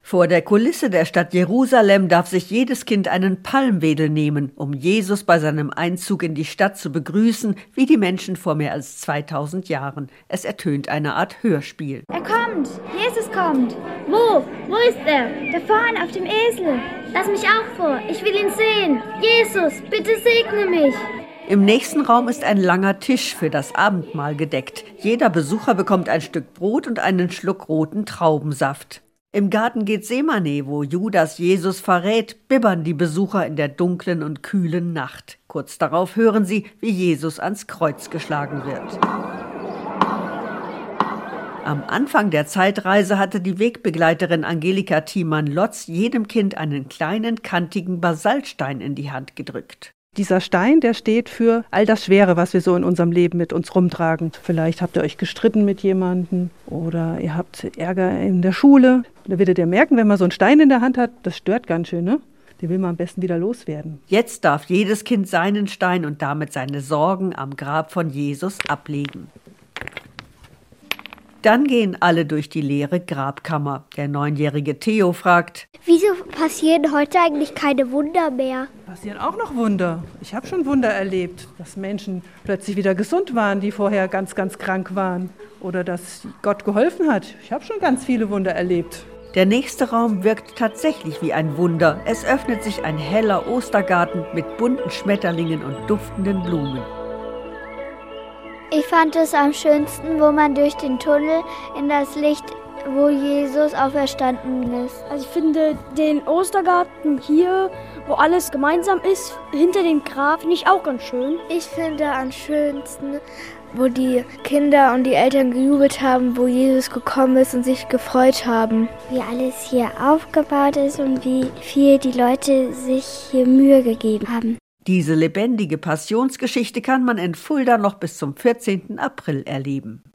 Vor der Kulisse der Stadt Jerusalem darf sich jedes Kind einen Palmwedel nehmen, um Jesus bei seinem Einzug in die Stadt zu begrüßen, wie die Menschen vor mehr als 2000 Jahren. Es ertönt eine Art Hörspiel. Er kommt! Jesus kommt! Wo? Wo ist er? Da vorne auf dem Esel. Lass mich auch vor, ich will ihn sehen. Jesus, bitte segne mich. Im nächsten Raum ist ein langer Tisch für das Abendmahl gedeckt. Jeder Besucher bekommt ein Stück Brot und einen Schluck roten Traubensaft. Im Garten Gethsemane, wo Judas Jesus verrät, bibbern die Besucher in der dunklen und kühlen Nacht. Kurz darauf hören sie, wie Jesus ans Kreuz geschlagen wird. Am Anfang der Zeitreise hatte die Wegbegleiterin Angelika Thiemann-Lotz jedem Kind einen kleinen, kantigen Basaltstein in die Hand gedrückt. Dieser Stein, der steht für all das Schwere, was wir so in unserem Leben mit uns rumtragen. Vielleicht habt ihr euch gestritten mit jemandem oder ihr habt Ärger in der Schule. Da werdet ihr merken, wenn man so einen Stein in der Hand hat, das stört ganz schön, ne? Den will man am besten wieder loswerden. Jetzt darf jedes Kind seinen Stein und damit seine Sorgen am Grab von Jesus ablegen. Dann gehen alle durch die leere Grabkammer. Der 9-jährige Theo fragt: Wieso passieren heute eigentlich keine Wunder mehr? Passieren auch noch Wunder. Ich habe schon Wunder erlebt, dass Menschen plötzlich wieder gesund waren, die vorher ganz, ganz krank waren. Oder dass Gott geholfen hat. Ich habe schon ganz viele Wunder erlebt. Der nächste Raum wirkt tatsächlich wie ein Wunder. Es öffnet sich ein heller Ostergarten mit bunten Schmetterlingen und duftenden Blumen. Ich fand es am schönsten, wo man durch den Tunnel in das Licht, wo Jesus auferstanden ist. Also ich finde den Ostergarten hier, wo alles gemeinsam ist, hinter dem Grab, finde ich auch ganz schön. Ich finde am schönsten, wo die Kinder und die Eltern gejubelt haben, wo Jesus gekommen ist und sich gefreut haben. Wie alles hier aufgebaut ist und wie viel die Leute sich hier Mühe gegeben haben. Diese lebendige Passionsgeschichte kann man in Fulda noch bis zum 14. April erleben.